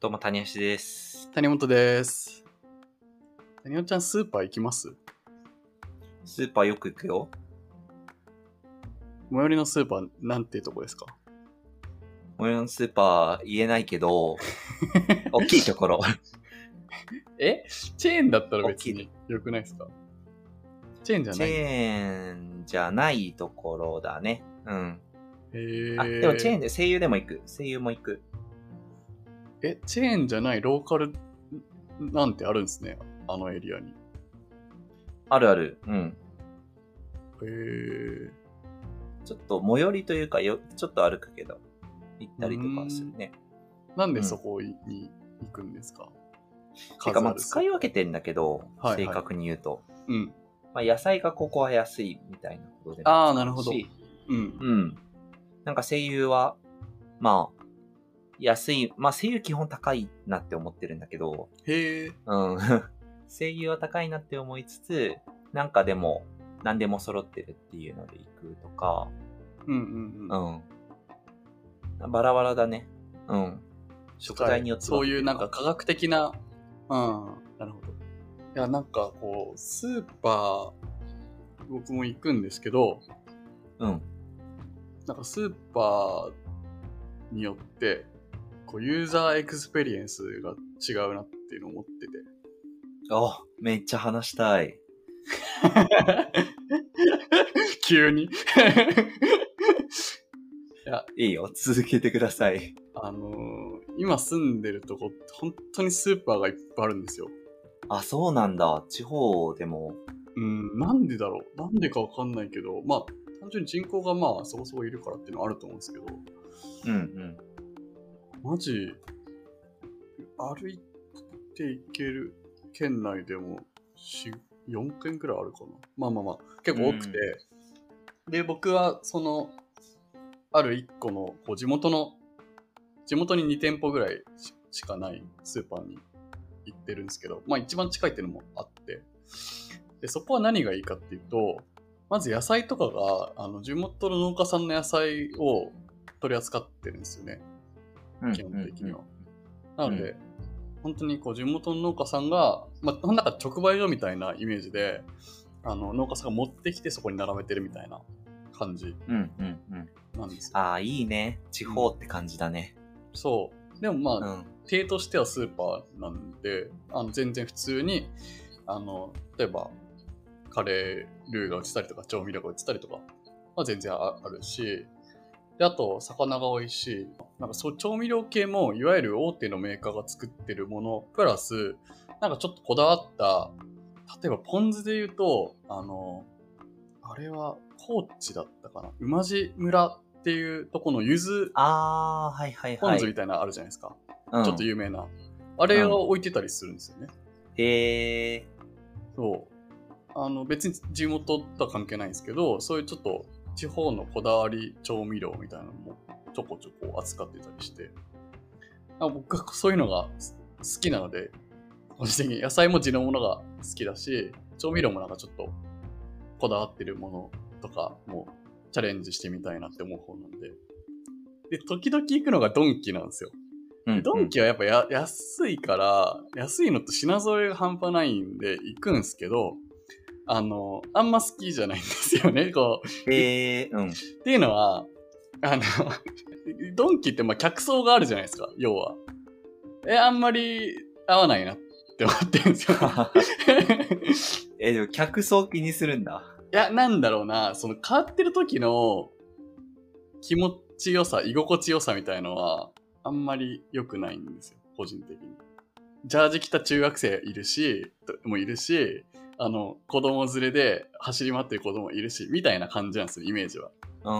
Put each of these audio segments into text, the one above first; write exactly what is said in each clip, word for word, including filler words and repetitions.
どうも、谷橋です。 谷本です。谷本ちゃん、スーパー行きます？ スーパーよく行くよ。 最寄りのスーパー、なんていうとこですか？ 最寄りのスーパー言えないけど、大きいところ。 えチェーンだったら別によくないですか？チェーンじゃない？ チェーンじゃないところだね。うん。 へー。 あ、でもチェーンで、声優でも行く。声優も行く。 え、チェーンじゃないローカルなんてあるんですね、あのエリアに。 あるある。うん。 へー。 ちょっと最寄りというかよ、ちょっと歩くけど、行ったりとかするね。 なんでそこに行くんですか？ てか、まあ、使い分けてんだけど、 はいはい、 正確に言うと。 うん。 まあ、野菜がここは安いみたいなことでもし。 ああ、なるほど。うん。 うん。なんか声優は、まあ、安い、まあ声優基本高いなって思ってるんだけど、 へえ。 うん。声優は高いなって思いつつ、なんかでも、何でも揃ってるっていうので行くとか、 うんうんうん。 うん。バラバラだね。うん。食材によってそういうなんか科学的な、うん、なるほど。いや、なんかこう、スーパー、僕も行くんですけど、 うん。 なんかスーパーによって、こう、ユーザーエクスペリエンスが違うなっていうのを思ってて。 あ、めっちゃ話したい。 急にいや、 いいよ、続けてください。 あのー、今住んでるとこ、本当にスーパーがいっぱいあるんですよ。 あ、そうなんだ。地方でも。 うん、なんでだろう。なんでかわかんないけど、まあ、単純に人口がまあ、そこそこいるからっていうのはあると思うんですけど、 うんうん。 マジ、歩いて行ける県内でもよんけんくらいあるかな。まあまあまあ、結構多くて。うん、で、僕はその、あるいっこのこう地元の、地元にに店舗ぐらいしかないスーパーに行ってるんですけど、まあ一番近いっていうのもあって、でそこは何がいいかっていうと、まず野菜とかが、あの、地元の農家さんの野菜を取り扱ってるんですよね。基本的には。うんうんうん、なので、うん、本当にこう地元の農家さんが、まあ、なんだか直売所みたいなイメージで、あの、農家さんが持ってきてそこに並べてるみたいな感じなんですよ。うんうんうん、 ああ、いいね。地方って感じだね。 うん、そう。でもまあ、うん、体としてはスーパーなんで、あの全然普通に、あの、例えば、カレールーが売ってたりとか、調味料が売ってたりとか、まあ、全然あるし、で、あと、魚が美味しい。なんかそう、調味料系も、いわゆる大手のメーカーが作ってるもの、プラス、なんかちょっとこだわった、例えばポン酢で言うと、あの、あれは、高知だったかな。馬路村っていうとこの柚子、 あー、はいはいはい。 ポン酢みたいなのあるじゃないですか。 うん、 ちょっと有名な。あれを置いてたりするんですよね。 うん、へー。 そう。あの、別に地元とは関係ないんですけど、そういうちょっと、地方のこだわり調味料みたいなのもちょこちょこ扱ってたりして、あ、僕はそういうのが好きなので、個人的に野菜も地のものが好きだし、調味料もなんかちょっとこだわってるものとかもチャレンジしてみたいなって思う方なんで、で時々行くのがドンキなんですよ。うんうん、ドンキはやっぱや安いから、安いのと品揃えが半端ないんで行くんですけど、あの、あんま好きじゃないんですよね、こう。 へー、うん。 っていうのは、あの、ドンキってまあ客層があるじゃないですか、要は。え、あんまり合わないなって思ってるんですよ。 え、でも客層気にするんだ。 いや、なんだろうな、その変わってる時の気持ちよさ、居心地よさみたいのは、あんまり良くないんですよ、個人的に。ジャージ着た中学生いるし、もいるし、あの、子供連れで走り回ってる子供いるし、みたいな感じなんですよ、イメージは。 うん。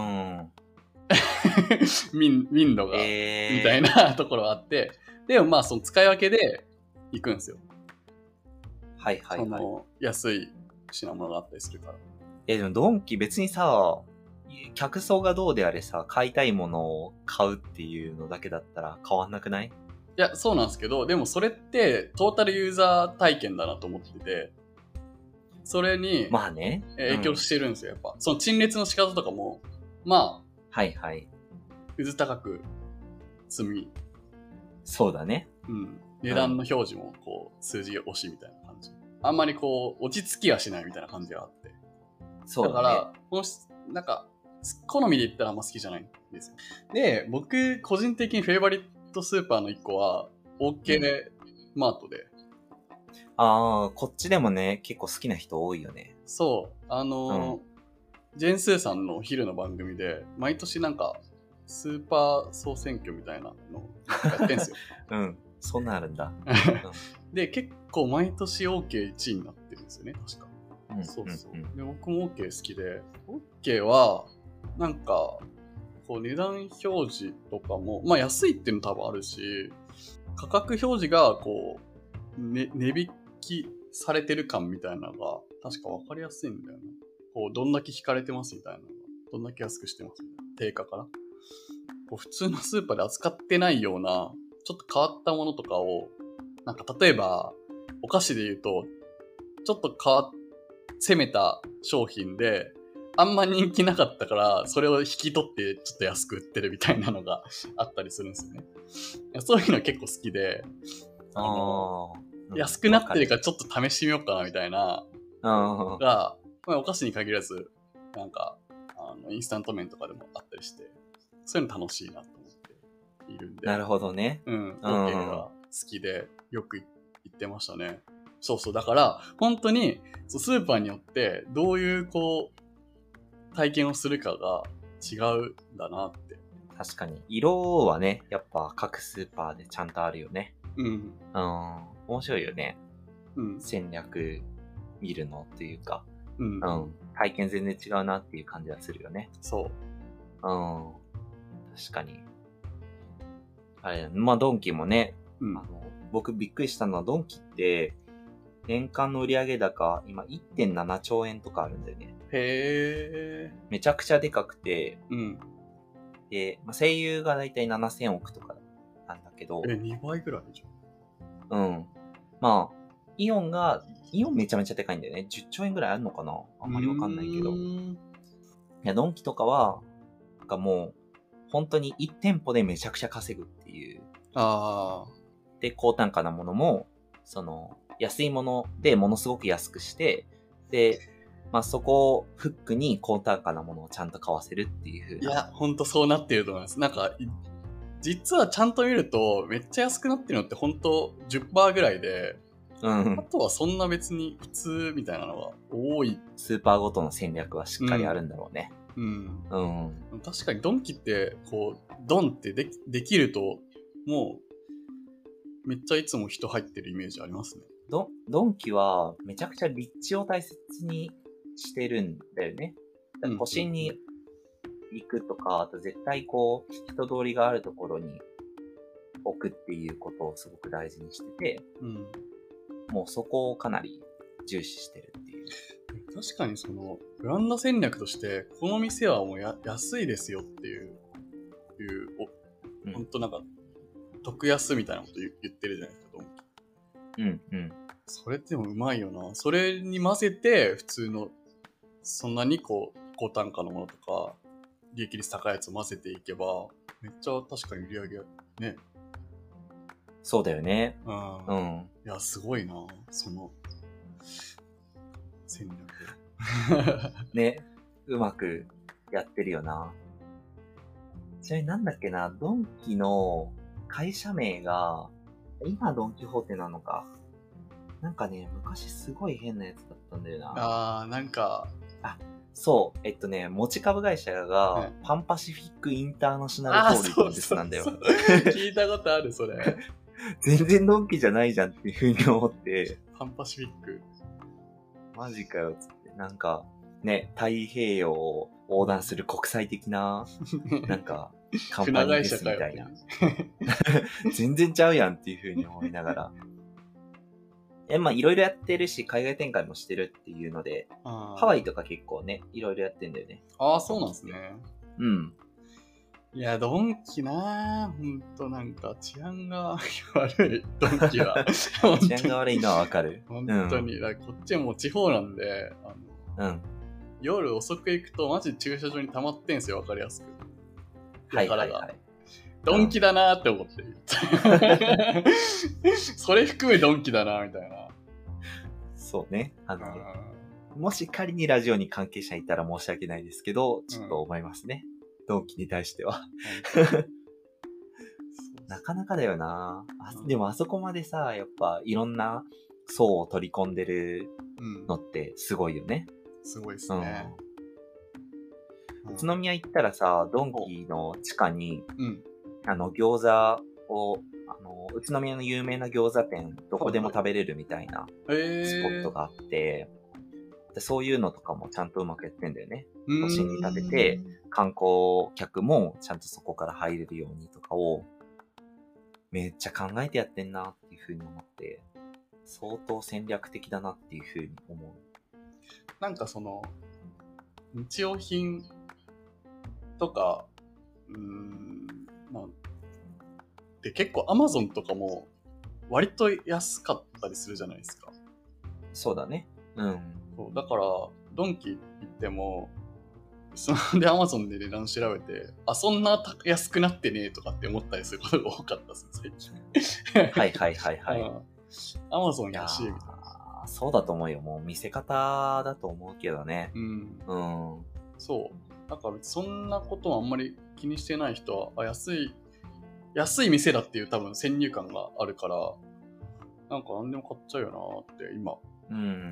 民、民度が、えー、みたいなところがあって、でもまあ、その使い分けで行くんですよ。 はいはいはい。 その、安い品物があったりするから。 え、でもドンキ別にさ、客層がどうであれさ、買いたいものを買うっていうのだけだったら変わんなくない？ いや、そうなんですけど、でもそれってトータルユーザー体験だなと思ってて、それに、 まあね、 影響してるんですよ、やっぱ。その陳列の仕方とかも、まあ、 はいはい。 うず高く積みそうだね。 うん。値段の表示も、こう、数字押しみたいな感じ。あんまりこう、落ち着きはしないみたいな感じがあって。 そうだね。 だから、このなんか、好みで言ったらあんま好きじゃないんですよ。で、僕、個人的にフェイバリットスーパーの一個は、OK マートで。 ああ、こっちでもね、結構好きな人多いよね。 そう。あのー、ジェーンスーさんのお昼の番組で、毎年なんか、スーパー総選挙みたいなのをやってんすよ。 うん。そんなんあるんだ。 で、結構毎年 オーケーいちいになってるんですよね、確か。 うん、 そうそう。 うんうん、 で、僕も OK 好きで、OK は、なんか、こう値段表示とかも、まあ安いっていうの多分あるし、価格表示がこう、ね、値引きされてる感みたいなのが、確か分かりやすいんだよね。こう、どんだけ引かれてますみたいなのが、どんだけ安くしてますみたいな。定価から。こう普通のスーパーで扱ってないような、ちょっと変わったものとかを、なんか例えば、お菓子で言うと、ちょっと変わっ、攻めた商品で、あんま人気なかったから、それを引き取ってちょっと安く売ってるみたいなのがあったりするんですよね。そういうの結構好きで、あの、あ安くなってるからちょっと試してみようかなみたいなのが、まあ、お菓子に限らず、なんか、あのインスタント麺とかでもあったりして、そういうの楽しいなと思っているんで。 なるほどね。 うん。OK が好きで、よく行ってましたね。そうそう。だから、本当に、スーパーによって、どういう、こう、体験をするかが違うんだなって。 確かに。色はね、やっぱ各スーパーでちゃんとあるよね。 うん。 うん。面白いよね。 うん。 戦略見るのっていうか。 うん。 うん。体験全然違うなっていう感じはするよね。 そう。 うん。確かに。あれ、まあ、ドンキもね、うん、あの僕びっくりしたのは、ドンキって、年間の売上高、今 いってんななちょうえんとかあるんだよね。 へー。 めちゃくちゃでかくて、 うん。 で、まあ、声優がだいたいななせんおくとかなんだけど。 え、にばいぐらいじゃん。うん。まあ、イオンが、イオンめちゃめちゃでかいんだよね。じゅっちょうえんぐらいあるのかな、あんまりわかんないけど。いや、ドンキとかは、なんかもう、本当にいち店舗でめちゃくちゃ稼ぐっていう。 ああ。 で、高単価なものも、その、安いものでものすごく安くして、で、まあ、そこをフックに高単価なものをちゃんと買わせるっていう風な。 いや、ほんとそうなってると思います。なんか、実はちゃんと見ると、めっちゃ安くなってるのってほんと じゅっパーセント ぐらいで、うん、あとはそんな別に普通みたいなのが多い。 スーパーごとの戦略はしっかりあるんだろうね。 うん。 うん。 うん、確かにドンキって、こう、ドンってで き, できると、もう、めっちゃいつも人入ってるイメージありますね。 ド, ドンキはめちゃくちゃ立地を大切にしてるんだよね。だから都心に行くとか、あと絶対こう、人通りがあるところに置くっていうことをすごく大事にしてて、うん、もうそこをかなり重視してるっていう。 確かにその、ブランド戦略として、この店はもうや安いですよっていう、いうお、ほんとなんか、得安みたいなこと言ってるじゃないですか、ドンキ。 うんうん。 それってもうまいよな。それに混ぜて、普通の、そんなにこう、高単価のものとか、利益率高いやつを混ぜていけば、めっちゃ確かに売り上げ、ね。 そうだよね。 うん。うん。いや、すごいな、その、戦略。 ね、うまくやってるよな。ちなみになんだっけな、ドンキの会社名が、今ドンキホーテなのか。なんかね、昔すごい変なやつだったんだよな。 あー、なんか。 あ、そう。えっとね、持ち株会社が、うん、パンパシフィックインターナショナルホールディングスなんだよ。 そうそうそう聞いたことある、それ。 全然ドンキじゃないじゃんっていう風に思って。 パンパシフィック。 マジかよ、つって。なんか、ね、太平洋を横断する国際的な、なんか、カンパニーですみたいな。全然ちゃうやんっていう風に思いながら。え、まあ、いろいろやってるし、海外展開もしてるっていうので、ハワイとか結構ね、いろいろやってんだよね。 ああ、そうなんですね。 うん。 いや、ドンキなぁ。ほんとなんか治安が悪い、ドンキは。 治安が悪いのはわかる。 本当に。うん、だこっちも地方なんで、あの、うん、夜遅く行くとマジ駐車場に溜まってんすよ、わかりやすく。 はいはいはい。 ドンキだなーって思ってる。それ含めドンキだなみたいな。 そうね。あの、もし仮にラジオに関係者いたら申し訳ないですけど、ちょっと思いますね。うん、ドンキに対しては。なかなかだよなあ、うん。でもあそこまでさ、やっぱいろんな層を取り込んでるのってすごいよね。 うん、すごいですね。 うん、宇都宮行ったらさ、ドンキの地下に、 うん、 あの餃子を、あの宇都宮の有名な餃子店どこでも食べれるみたいなスポットがあって、でそういうのとかもちゃんとうまくやってんだよね。都心に建てて観光客もちゃんとそこから入れるようにとかをめっちゃ考えてやってんなっていう風に思って、相当戦略的だなっていう風に思う。 なんかその日用品とかうーんまあで結構 Amazon とかも割と安かったりするじゃないですか。 そうだね。うん。 そうだからドンキ行ってもそれで Amazon で値段調べて、あ、そんな安くなってねえとかって思ったりすることが多かったです、最近。 はいはいはいはい。 Amazon 安いみたいな。そうだと思うよ。もう見せ方だと思うけどね。 うん。 うん。 そう。だからそんなことはあんまり気にしてない人は、あ、安い、安い店だっていう多分先入観があるから、なんか何でも買っちゃうよなって今、うん、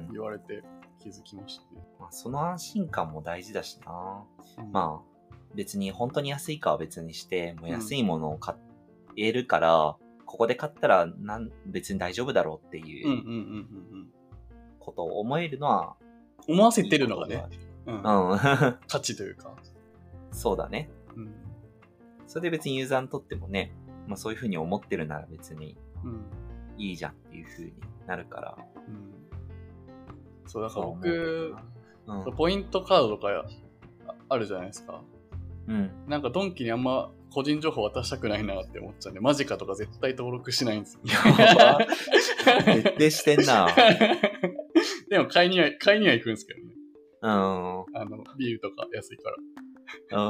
言われて気づきましたね。 まあ、その安心感も大事だしな、うん、まあ別に本当に安いかは別にしてもう安いものを買えるから、うん、ここで買ったらなん別に大丈夫だろうっていうことを思えるのは思わせてるのがね、 うん、 価値というかそうだね、うん、それで別にユーザーにとってもね、まあ、そういう風に思ってるなら別にいいじゃんっていう風になるから、うんそうだから僕、うん、ポイントカードとかあるじゃないですか。うん。なんかドンキにあんま個人情報渡したくないなって思っちゃうんで、マジカとか絶対登録しないんですよ。 徹底してんな。 でも買いには買いには行くんですけどね。 うん。あのビールとか安いから。 うん。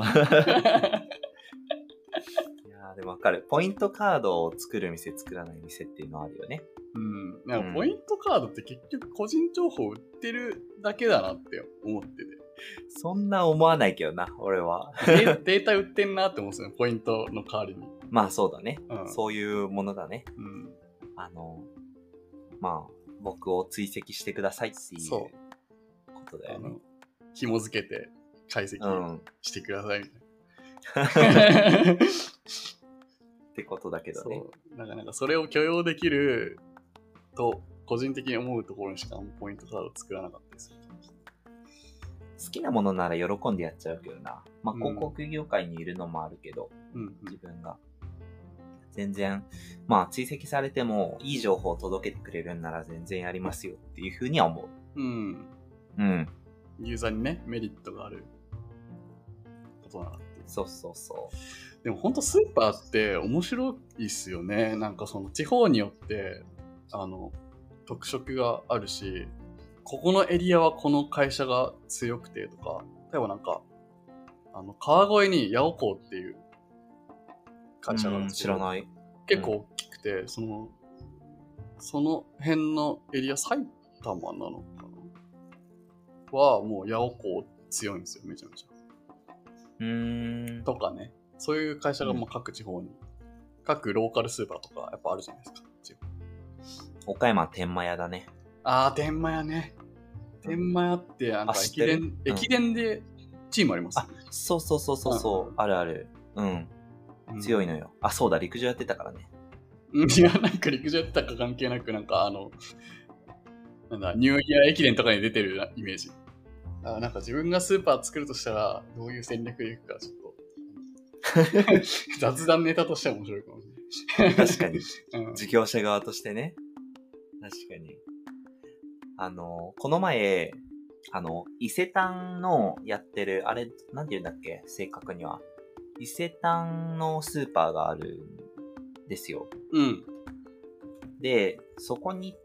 いやでもわかる。ポイントカードを作る店作らない店っていうのはあるよね。 うん、なんかポイントカードって結局個人情報売ってるだけだなって思ってて。 そんな思わないけどな、俺は。 データ売ってんなって思うんですよ、ポイントの代わりに。 まあそうだね。うん、そういうものだね。うん、あの、まあ、僕を追跡してくださいっていうことだよね。 紐付けて解析してくださいみたいな。 ってことだけどね。 そう。なんかなんかそれを許容できると個人的に思うところにしかポイントカード作らなかったでする。 好きなものなら喜んでやっちゃうけどな。まあ広告業界にいるのもあるけど、うん、自分が全然まあ追跡されてもいい情報を届けてくれるんなら全然やりますよっていうふうには思う。うん。 うん。ユーザーにねメリットがあることなの。 そうそうそう。 でも本当スーパーって面白いっすよね。なんかその地方によってあの特色があるし、ここのエリアはこの会社が強くてとか、例えばなんかあの川越にヤオコーっていう会社があるんですけど、 知らない。 結構大きくて、うん、そのその辺のエリア埼玉なのかなはもうヤオコー強いんですよ、めちゃめちゃ。うーんとかね、そういう会社がもう各地方に、うん、各ローカルスーパーとかやっぱあるじゃないですか。 岡山天満屋だね。 あー天満屋ね。天満屋ってなんか駅伝、うん、駅伝でチームあります、ね、 あ、そうそうそうそうそう、うん、あるある。うん。強いのよ。あ、そうだ、陸上やってたからね。 いや、なんか陸上やってたか関係なく、なんかあの、なんだ、ニューイヤー駅伝とかに出てるイメージ。あ、なんか自分がスーパー作るとしたら、どういう戦略でいくか、ちょっと。雑談ネタとしては面白いかもしれない。 確かに。うん、事業者側としてね。確かに。あの、この前、あの、伊勢丹のやってる、あれ、なんて言うんだっけ正確には。伊勢丹のスーパーがあるんですよ。うん。で、そこに行って、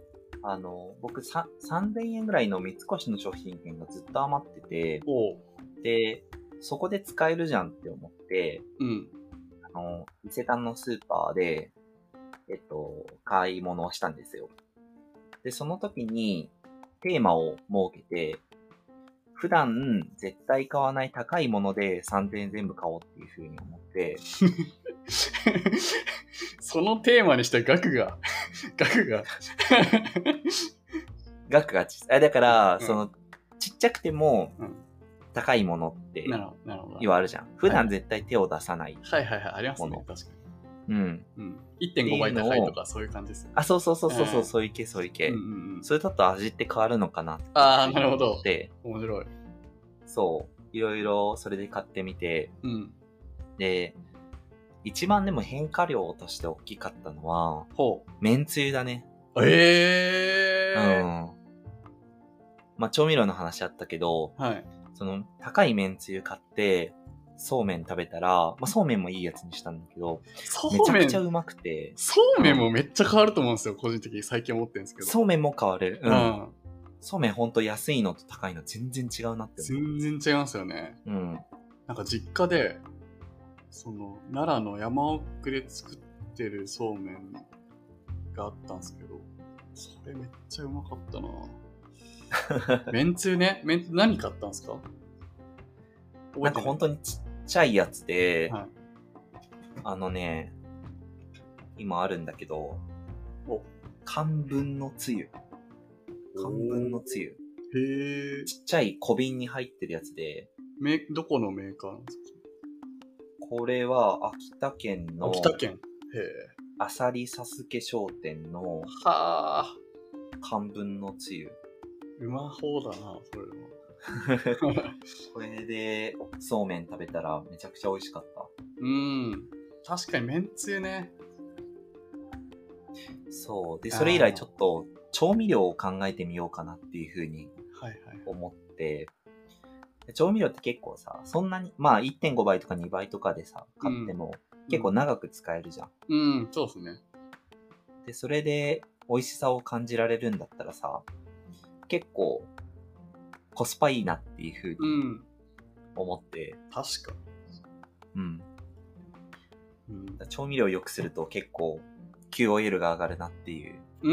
あの、僕さんぜんえんぐらいの三越の商品券がずっと余ってて、で、そこで使えるじゃんって思って、うん。 あの、伊勢丹のスーパーで、えっと、買い物をしたんですよ。で、その時にテーマを設けて、普段絶対買わない高いものでさんぜんえん全部買おうっていう風に思って、 そのテーマにした額が、額が、 額がちっちゃい。だから、 うん、 その、ちっちゃくてもうん、 高いものってなるほど、なるほど。 要はあるじゃん。普段絶対手を出さないもの。 はいはいはい、ありますね、確かに。 うん。 うん。いってんごばい高いとかそういう感じですよね。 あ、そうそうそうそう、 うん、 そういう系、そういう系。 うんうんうん、 それだと味って変わるのかなって。 ああ、なるほど。 で、 面白い。 そう。いろいろそれで買ってみて、 うん。 で、一番でも変化量として大きかったのは、 ほう。 めんつゆだね。 ええー。 うん。まあ、調味料の話あったけど、 はい。 その、高いめんつゆ買って、そうめん食べたら、まあ、そうめんもいいやつにしたんだけど、 そうめちゃめんくちゃうまくて。 そうめんもめっちゃ変わると思うんですよ、個人的に最近思ってるんですけど。 そうめんも変わる。う。 うんん。 そうめんほんと安いのと高いの全然違うなって思う。 全然違いますよね。 うん。 なんか実家で、その、奈良の山奥で作ってるそうめんがあったんですけど、それめっちゃうまかったなめんつゆね、めん何買ったんですか？ なんか本当にちっちゃいやつで、 はい、 あのね、今あるんだけど、 お漢文のつゆ。漢文のつゆ。 へえ。 ちっちゃい小瓶に入ってるやつで、 めどこのメーカーなんですか？ これは秋田県の秋田県。へえ。 あさりさすけ商店のはあ。 漢文のつゆ。 うまそうだな、それは。 これでそうめん食べたらめちゃくちゃ美味しかった。 うん。確かにめんつゆね。 そう。で、それ以来ちょっと調味料を考えてみようかなっていうふうに思って、調味料って結構さ、そんなに、まあ いってんごばいとかにばいとかでさ、買っても結構長く使えるじゃん。 うん、うん、そうですね。 で、それで美味しさを感じられるんだったらさ、結構コスパいいなっていうふうに思って。 うん、確かに。うん。 うん、 調味料を良くすると結構 キューオーエル が上がるなっていう。 うんうん。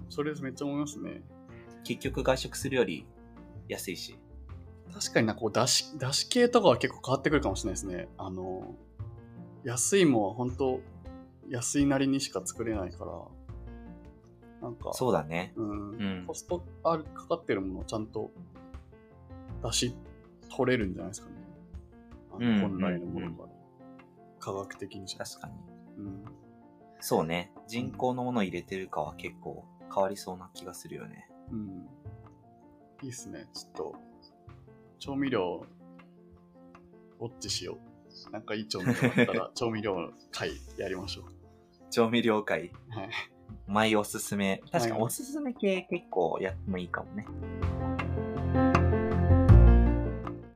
それめっちゃ思いますね。 結局外食するより安いし。 確かにな、こう、だし、だし系とかは結構変わってくるかもしれないですね。あの、安いもんは本当安いなりにしか作れないから、なんか、 そうだね。 うん。 うん、 コストある、かかってるものをちゃんとだし取れるんじゃないですかね。あの本来のものから、うんうんうん。科学的に。 確かに。 うん。 そうね。人工のものを入れてるかは結構変わりそうな気がするよね。 うん。いいっすね。ちょっと、調味料、ウォッチしよう。なんかいい調味料だったら、調味料会やりましょう。 調味料会。 はい。 マイおすすめ。確かにおすすめ系結構やってもいいかもね。